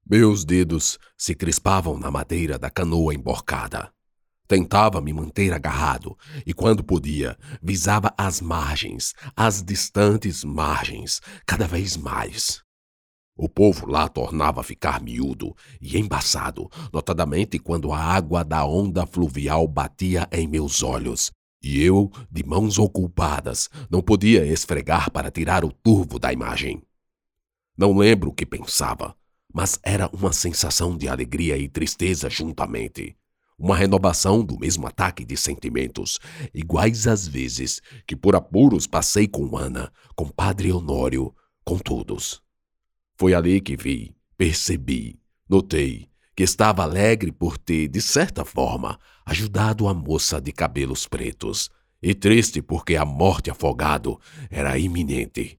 Meus dedos se crispavam na madeira da canoa emborcada. Tentava me manter agarrado e, quando podia, visava as margens, as distantes margens, cada vez mais. O povo lá tornava a ficar miúdo e embaçado, notadamente quando a água da onda fluvial batia em meus olhos, e eu, de mãos ocupadas, não podia esfregar para tirar o turvo da imagem. Não lembro o que pensava, mas era uma sensação de alegria e tristeza juntamente. Uma renovação do mesmo ataque de sentimentos, iguais às vezes que por apuros passei com Ana, com Padre Honório, com todos. Foi ali que vi, percebi, notei que estava alegre por ter, de certa forma, ajudado a moça de cabelos pretos, e triste porque a morte afogado era iminente.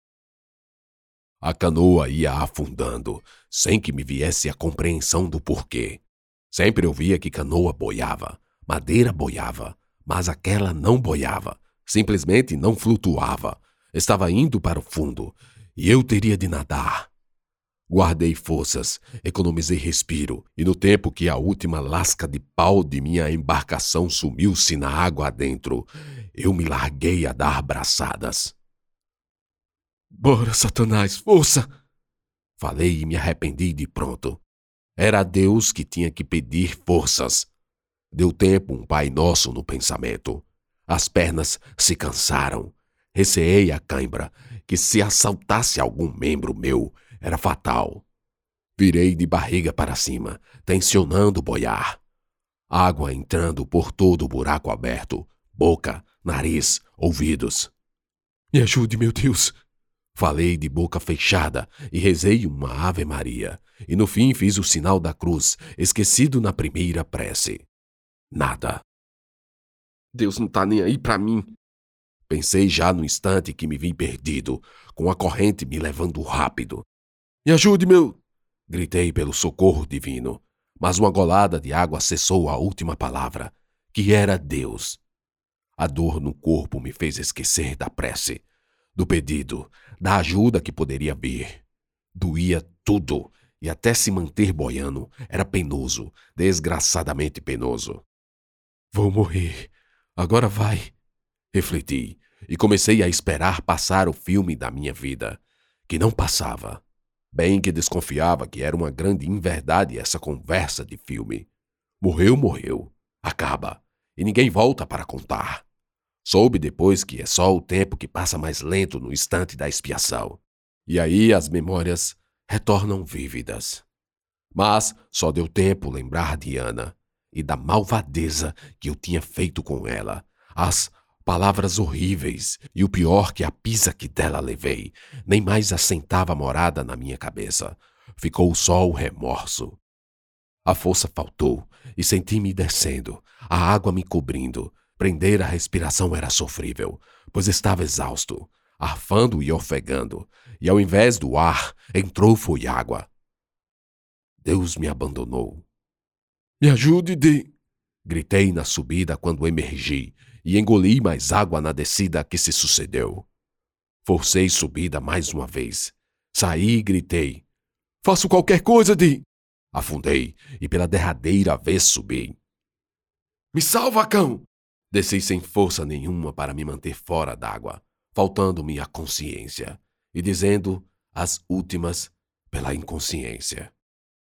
A canoa ia afundando, sem que me viesse a compreensão do porquê. Sempre eu via que canoa boiava, madeira boiava, mas aquela não boiava, simplesmente não flutuava. Estava indo para o fundo, e eu teria de nadar. Guardei forças, economizei respiro, e no tempo que a última lasca de pau de minha embarcação sumiu-se na água adentro, eu me larguei a dar braçadas. Bora, Satanás, força! Falei e me arrependi de pronto. Era a Deus que tinha que pedir forças. Deu tempo um Pai Nosso no pensamento. As pernas se cansaram. Receei a cãibra, que se assaltasse algum membro meu, era fatal. Virei de barriga para cima, tensionando boiar. Água entrando por todo o buraco aberto, boca, nariz, ouvidos. Me ajude, meu Deus! Falei de boca fechada e rezei uma Ave-Maria, e no fim fiz o sinal da cruz, esquecido na primeira prece. Nada. Deus não tá nem aí pra mim. Pensei já no instante que me vi perdido, com a corrente me levando rápido. Me ajude, meu! Gritei pelo socorro divino, mas uma golada de água cessou a última palavra, que era Deus. A dor no corpo me fez esquecer da prece, do pedido, da ajuda que poderia vir. Doía tudo, e até se manter boiando era penoso, desgraçadamente penoso. Vou morrer. Agora vai. Refleti, e comecei a esperar passar o filme da minha vida, que não passava. Bem que desconfiava que era uma grande inverdade essa conversa de filme. Morreu, morreu. Acaba. E ninguém volta para contar. Soube depois que é só o tempo que passa mais lento no instante da expiação. E aí as memórias retornam vívidas. Mas só deu tempo lembrar de Ana e da malvadeza que eu tinha feito com ela, as palavras horríveis e o pior que a pisa que dela levei, nem mais assentava morada na minha cabeça. Ficou só o remorso. A força faltou e senti-me descendo, a água me cobrindo. Prender a respiração era sofrível, pois estava exausto, arfando e ofegando, e ao invés do ar, entrou foi água. Deus me abandonou. Me ajude, Gritei na subida quando emergi, e engoli mais água na descida que se sucedeu. Forcei subida mais uma vez. Saí e gritei. Faço qualquer coisa, Afundei, e pela derradeira vez subi. Me salva, cão! Desci sem força nenhuma para me manter fora d'água, faltando-me a consciência, e dizendo as últimas pela inconsciência.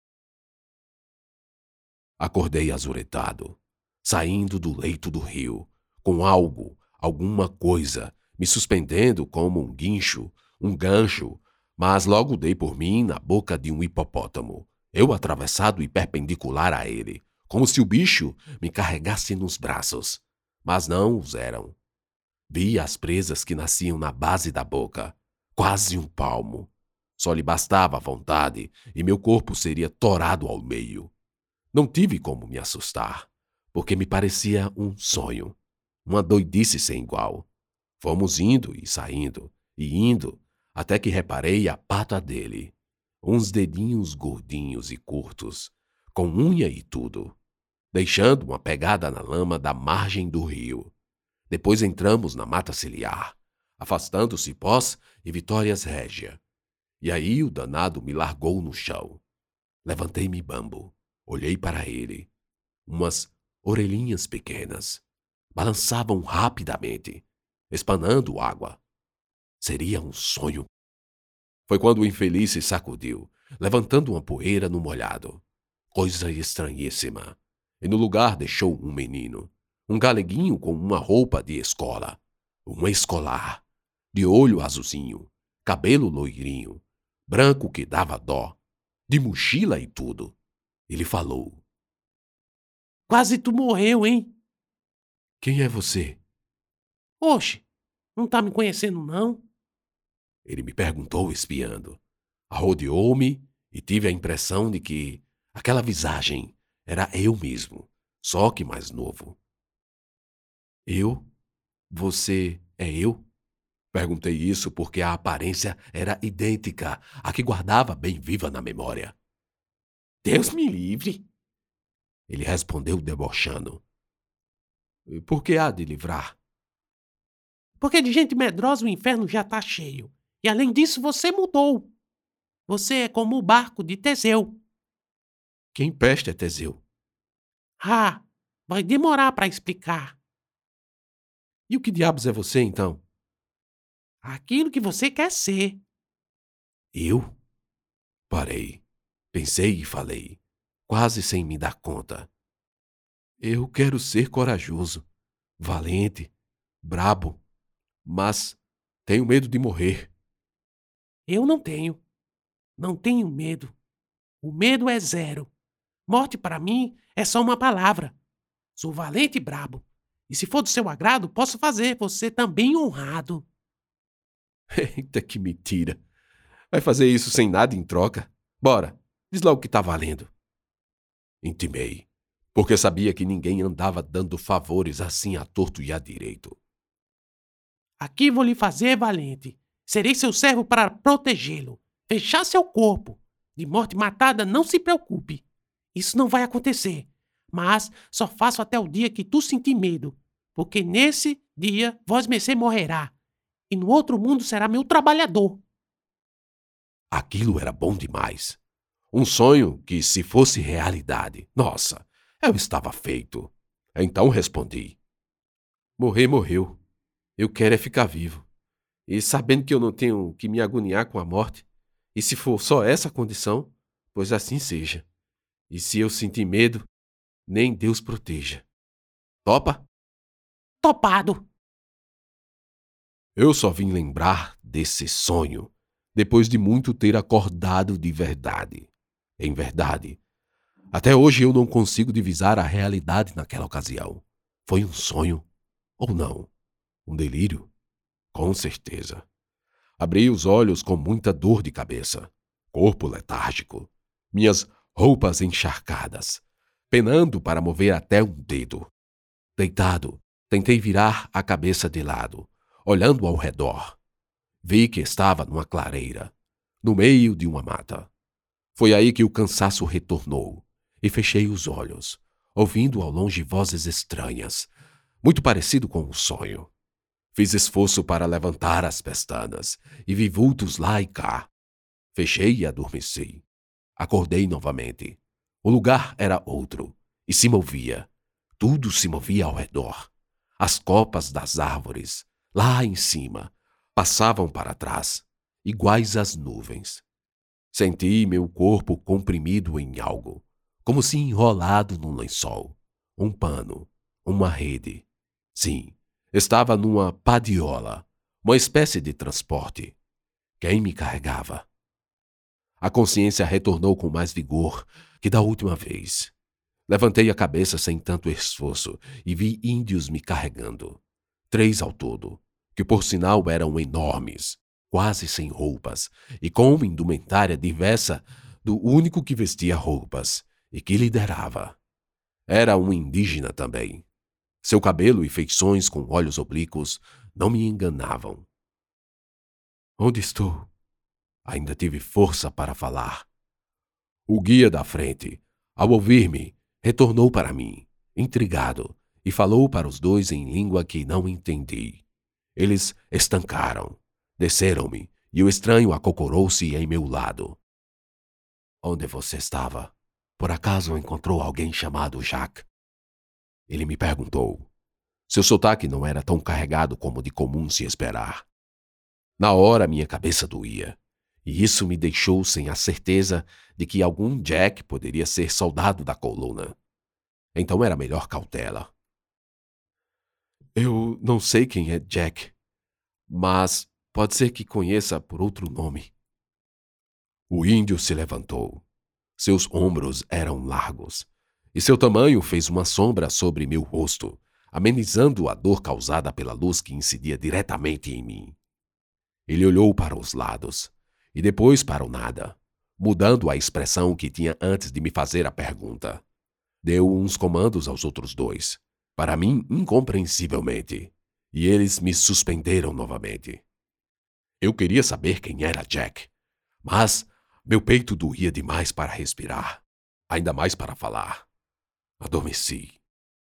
Acordei azuretado, saindo do leito do rio, com algo, alguma coisa, me suspendendo como um guincho, um gancho, mas logo dei por mim na boca de um hipopótamo, eu atravessado e perpendicular a ele, como se o bicho me carregasse nos braços. Mas não os eram. Vi as presas que nasciam na base da boca, quase um palmo. Só lhe bastava a vontade e meu corpo seria torado ao meio. Não tive como me assustar, porque me parecia um sonho, uma doidice sem igual. Fomos indo e saindo, e indo, até que reparei a pata dele. Uns dedinhos gordinhos e curtos, com unha e tudo, deixando uma pegada na lama da margem do rio. Depois entramos na mata ciliar, afastando cipós e vitórias régia. E aí o danado me largou no chão. Levantei-me bambo, olhei para ele. Umas orelhinhas pequenas balançavam rapidamente, espanando água. Seria um sonho. Foi quando o infeliz se sacudiu, levantando uma poeira no molhado. Coisa estranhíssima. E no lugar deixou um menino, um galeguinho com uma roupa de escola, um escolar, de olho azulzinho, cabelo loirinho, branco que dava dó, de mochila e tudo. Ele falou: Quase tu morreu, hein? Quem é você? Oxe, não tá me conhecendo, não? Ele me perguntou espiando. Arrodeou-me e tive a impressão de que aquela visagem era eu mesmo, só que mais novo. Eu? Você é eu? Perguntei isso porque a aparência era idêntica à que guardava bem viva na memória. Deus me livre. Ele respondeu debochando. E por que há de livrar? Porque de gente medrosa o inferno já tá cheio. E além disso, você mudou. Você é como o barco de Teseu. Quem peste é Teseu? Ah, vai demorar pra explicar. E o que diabos é você, então? Aquilo que você quer ser. Eu? Parei, pensei e falei, quase sem me dar conta. Eu quero ser corajoso, valente, brabo, mas tenho medo de morrer. Eu não tenho. Não tenho medo. O medo é zero. Morte para mim é só uma palavra. Sou valente e brabo. E se for do seu agrado, posso fazer você também honrado. Eita, que mentira. Vai fazer isso sem nada em troca? Bora, diz logo o que tá valendo. Intimei, porque sabia que ninguém andava dando favores assim à torto e à direito. Aqui vou lhe fazer valente. Serei seu servo para protegê-lo. Fechar seu corpo. De morte matada, não se preocupe. Isso não vai acontecer. Mas só faço até o dia que tu sentir medo. Porque nesse dia vós mercê morrerá. E no outro mundo será meu trabalhador. Aquilo era bom demais. Um sonho que, se fosse realidade, nossa, eu estava feito. Então respondi: Morrer, morreu. Eu quero é ficar vivo. E sabendo que eu não tenho que me agoniar com a morte, e se for só essa condição, pois assim seja. E se eu sentir medo, nem Deus proteja. Topa? Topado. Eu só vim lembrar desse sonho depois de muito ter acordado de verdade. Em verdade, até hoje eu não consigo divisar a realidade naquela ocasião. Foi um sonho? Ou não? Um delírio? Com certeza. Abri os olhos com muita dor de cabeça, corpo letárgico, minhas roupas encharcadas, penando para mover até um dedo. Deitado, tentei virar a cabeça de lado, olhando ao redor. Vi que estava numa clareira, no meio de uma mata. Foi aí que o cansaço retornou e fechei os olhos, ouvindo ao longe vozes estranhas, muito parecido com um sonho. Fiz esforço para levantar as pestanas e vi vultos lá e cá. Fechei e adormeci. Acordei novamente. O lugar era outro e se movia. Tudo se movia ao redor. As copas das árvores, lá em cima, passavam para trás, iguais às nuvens. Senti meu corpo comprimido em algo, como se enrolado num lençol, um pano, uma rede. Sim, estava numa padiola, uma espécie de transporte. Quem me carregava? A consciência retornou com mais vigor que da última vez. Levantei a cabeça sem tanto esforço e vi índios me carregando. 3 ao todo, que por sinal eram enormes, quase sem roupas e com uma indumentária diversa do único que vestia roupas e que liderava. Era um indígena também. Seu cabelo e feições com olhos oblíquos não me enganavam. Onde estou? Ainda tive força para falar. O guia da frente, ao ouvir-me, retornou para mim, intrigado, e falou para os dois em língua que não entendi. Eles estancaram, desceram-me, e o estranho acocorou-se em meu lado. Onde você estava? Por acaso encontrou alguém chamado Jack? Ele me perguntou. Seu sotaque não era tão carregado como de comum se esperar. Na hora minha cabeça doía, e isso me deixou sem a certeza de que algum Jack poderia ser soldado da coluna. Então era melhor cautela. Eu não sei quem é Jack, mas pode ser que conheça por outro nome. O índio se levantou. Seus ombros eram largos, e seu tamanho fez uma sombra sobre meu rosto, amenizando a dor causada pela luz que incidia diretamente em mim. Ele olhou para os lados, e depois para o nada, mudando a expressão que tinha antes de me fazer a pergunta. Deu uns comandos aos outros dois, para mim incompreensivelmente, e eles me suspenderam novamente. Eu queria saber quem era Jack, mas meu peito doía demais para respirar, ainda mais para falar. Adormeci.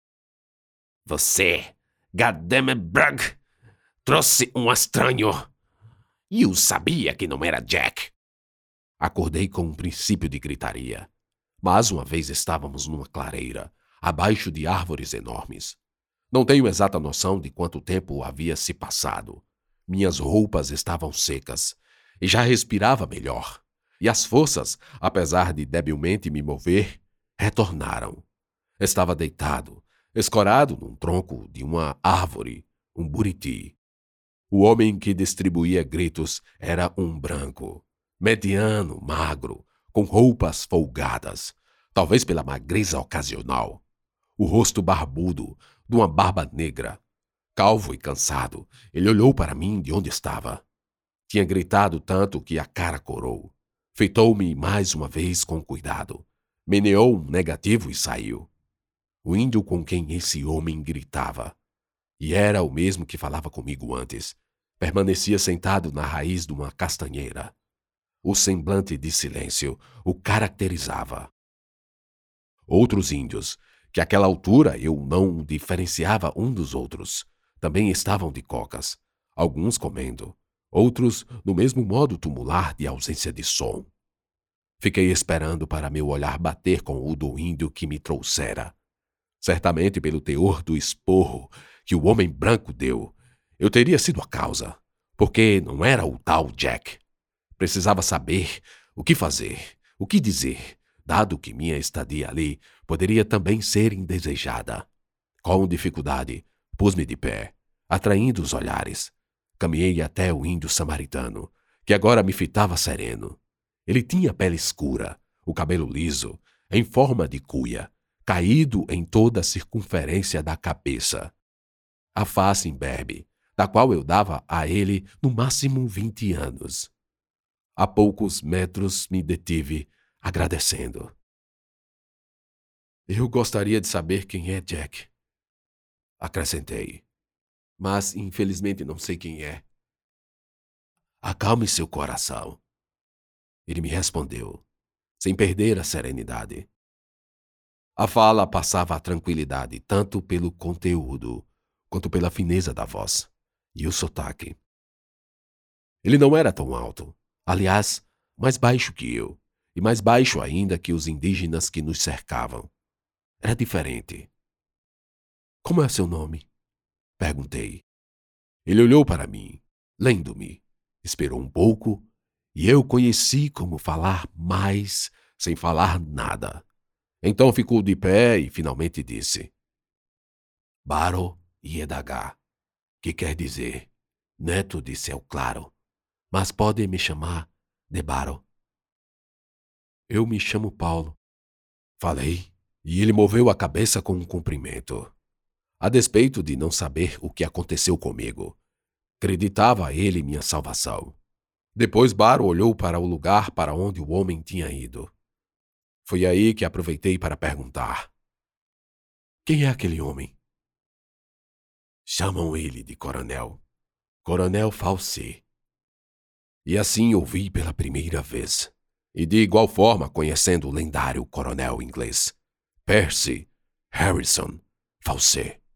Você, goddammit Brugg, trouxe um estranho. E eu sabia que não era Jack. Acordei com um princípio de gritaria. Mas uma vez estávamos numa clareira, abaixo de árvores enormes. Não tenho exata noção de quanto tempo havia se passado. Minhas roupas estavam secas e já respirava melhor. E as forças, apesar de debilmente me mover, retornaram. Estava deitado, escorado num tronco de uma árvore, um buriti. O homem que distribuía gritos era um branco, mediano, magro, com roupas folgadas, talvez pela magreza ocasional. O rosto barbudo, de uma barba negra. Calvo e cansado, ele olhou para mim de onde estava. Tinha gritado tanto que a cara corou. Feitou-me mais uma vez com cuidado. Meneou um negativo e saiu. O índio com quem esse homem gritava, e era o mesmo que falava comigo antes, permanecia sentado na raiz de uma castanheira. O semblante de silêncio o caracterizava. Outros índios, que àquela altura eu não diferenciava um dos outros, também estavam de cocas, alguns comendo, outros no mesmo modo tumular de ausência de som. Fiquei esperando para meu olhar bater com o do índio que me trouxera. Certamente pelo teor do esporro que o homem branco deu, eu teria sido a causa, porque não era o tal Jack. Precisava saber o que fazer, o que dizer, dado que minha estadia ali poderia também ser indesejada. Com dificuldade, pus-me de pé, atraindo os olhares. Caminhei até o índio samaritano, que agora me fitava sereno. Ele tinha pele escura, o cabelo liso, em forma de cuia, caído em toda a circunferência da cabeça. A face imberbe, da qual eu dava a ele no máximo 20 anos. A poucos metros me detive, agradecendo. Eu gostaria de saber quem é Jack. Acrescentei. Mas, infelizmente, não sei quem é. Acalme seu coração. Ele me respondeu, sem perder a serenidade. A fala passava a tranquilidade tanto pelo conteúdo quanto pela fineza da voz e o sotaque. Ele não era tão alto, aliás, mais baixo que eu, e mais baixo ainda que os indígenas que nos cercavam. Era diferente. Como é seu nome? Perguntei. Ele olhou para mim, lendo-me, esperou um pouco, e eu conheci como falar mais sem falar nada. Então ficou de pé e finalmente disse: Baro Iedagá, que quer dizer neto de céu claro, mas pode me chamar de Baro. Eu me chamo Paulo. Falei, e ele moveu a cabeça com um cumprimento. A despeito de não saber o que aconteceu comigo, acreditava a ele minha salvação. Depois Baro olhou para o lugar para onde o homem tinha ido. Foi aí que aproveitei para perguntar: Quem é aquele homem? Chamam ele de Coronel. Coronel Falsey. E assim ouvi pela primeira vez. E de igual forma conhecendo o lendário coronel inglês, Percy Harrison Falsey.